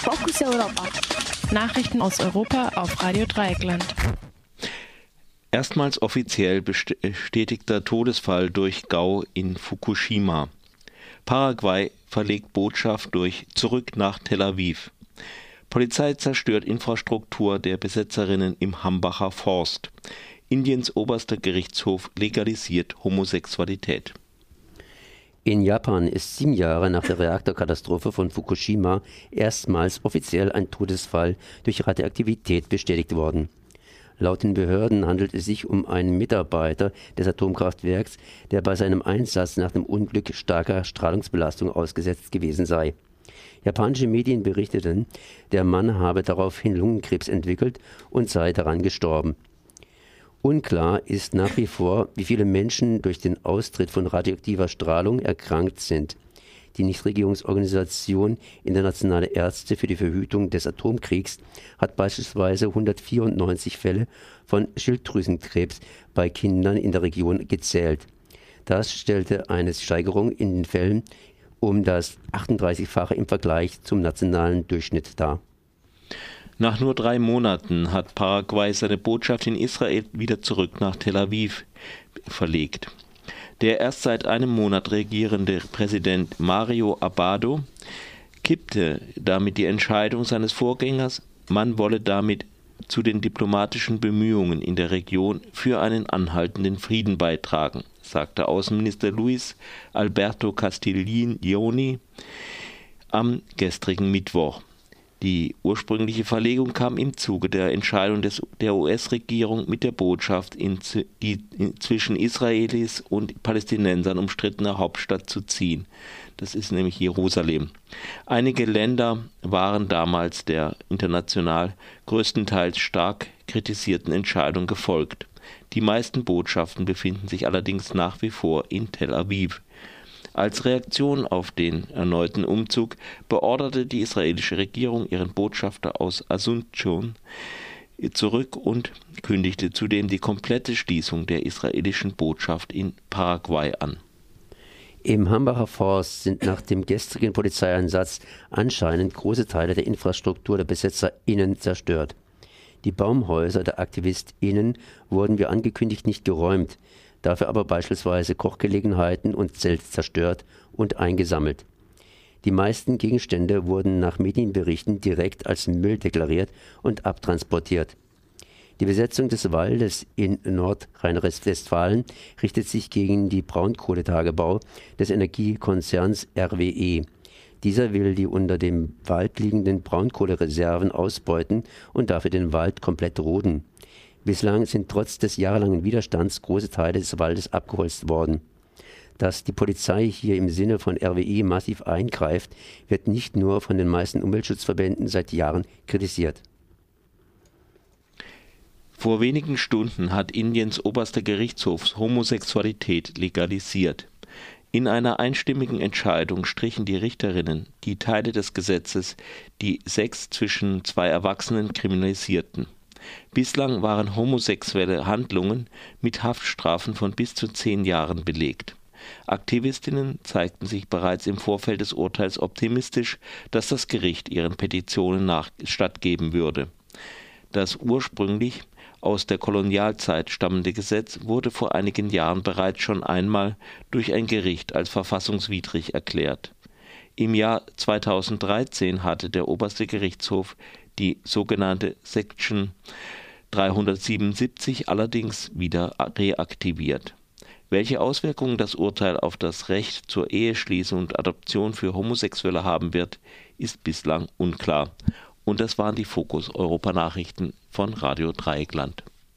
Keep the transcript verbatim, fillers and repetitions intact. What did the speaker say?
Fokus Europa. Nachrichten aus Europa auf Radio Dreieckland. Erstmals offiziell bestätigter Todesfall durch Gau in Fukushima. Paraguay verlegt Botschaft durch zurück nach Tel Aviv. Polizei zerstört Infrastruktur der Besetzerinnen im Hambacher Forst. Indiens oberster Gerichtshof legalisiert Homosexualität. In Japan ist sieben Jahre nach der Reaktorkatastrophe von Fukushima erstmals offiziell ein Todesfall durch Radioaktivität bestätigt worden. Laut den Behörden handelt es sich um einen Mitarbeiter des Atomkraftwerks, der bei seinem Einsatz nach dem Unglück starker Strahlungsbelastung ausgesetzt gewesen sei. Japanische Medien berichteten, der Mann habe daraufhin Lungenkrebs entwickelt und sei daran gestorben. Unklar ist nach wie vor, wie viele Menschen durch den Austritt von radioaktiver Strahlung erkrankt sind. Die Nichtregierungsorganisation Internationale Ärzte für die Verhütung des Atomkriegs hat beispielsweise hundertvierundneunzig Fälle von Schilddrüsenkrebs bei Kindern in der Region gezählt. Das stellte eine Steigerung in den Fällen um das achtunddreißigfache im Vergleich zum nationalen Durchschnitt dar. Nach nur drei Monaten hat Paraguay seine Botschaft in Israel wieder zurück nach Tel Aviv verlegt. Der erst seit einem Monat regierende Präsident Mario Abbado kippte damit die Entscheidung seines Vorgängers, man wolle damit zu den diplomatischen Bemühungen in der Region für einen anhaltenden Frieden beitragen, sagte Außenminister Luis Alberto Castiglioni am gestrigen Mittwoch. Die ursprüngliche Verlegung kam im Zuge der Entscheidung des, der U S-Regierung mit der Botschaft in die in, zwischen Israelis und Palästinensern umstrittene Hauptstadt zu ziehen. Das ist nämlich Jerusalem. Einige Länder waren damals der international größtenteils stark kritisierten Entscheidung gefolgt. Die meisten Botschaften befinden sich allerdings nach wie vor in Tel Aviv. Als Reaktion auf den erneuten Umzug beorderte die israelische Regierung ihren Botschafter aus Asunción zurück und kündigte zudem die komplette Schließung der israelischen Botschaft in Paraguay an. Im Hambacher Forst sind nach dem gestrigen Polizeieinsatz anscheinend große Teile der Infrastruktur der BesetzerInnen zerstört. Die Baumhäuser der AktivistInnen wurden wie angekündigt nicht geräumt, dafür aber beispielsweise Kochgelegenheiten und Zelt zerstört und eingesammelt. Die meisten Gegenstände wurden nach Medienberichten direkt als Müll deklariert und abtransportiert. Die Besetzung des Waldes in Nordrhein-Westfalen richtet sich gegen die Braunkohletagebau des Energiekonzerns R W E. Dieser will die unter dem Wald liegenden Braunkohlereserven ausbeuten und dafür den Wald komplett roden. Bislang sind trotz des jahrelangen Widerstands große Teile des Waldes abgeholzt worden. Dass die Polizei hier im Sinne von R W E massiv eingreift, wird nicht nur von den meisten Umweltschutzverbänden seit Jahren kritisiert. Vor wenigen Stunden hat Indiens oberster Gerichtshof Homosexualität legalisiert. In einer einstimmigen Entscheidung strichen die Richterinnen die Teile des Gesetzes, die Sex zwischen zwei Erwachsenen kriminalisierten. Bislang waren homosexuelle Handlungen mit Haftstrafen von bis zu zehn Jahren belegt. Aktivistinnen zeigten sich bereits im Vorfeld des Urteils optimistisch, dass das Gericht ihren Petitionen nach stattgeben würde. Das ursprünglich aus der Kolonialzeit stammende Gesetz wurde vor einigen Jahren bereits schon einmal durch ein Gericht als verfassungswidrig erklärt. Im Jahr zweitausenddreizehn hatte der oberste Gerichtshof die sogenannte Section dreihundertsiebenundsiebzig allerdings wieder reaktiviert. Welche Auswirkungen das Urteil auf das Recht zur Eheschließung und Adoption für Homosexuelle haben wird, ist bislang unklar. Und das waren die Fokus Europa Nachrichten von Radio Dreieckland.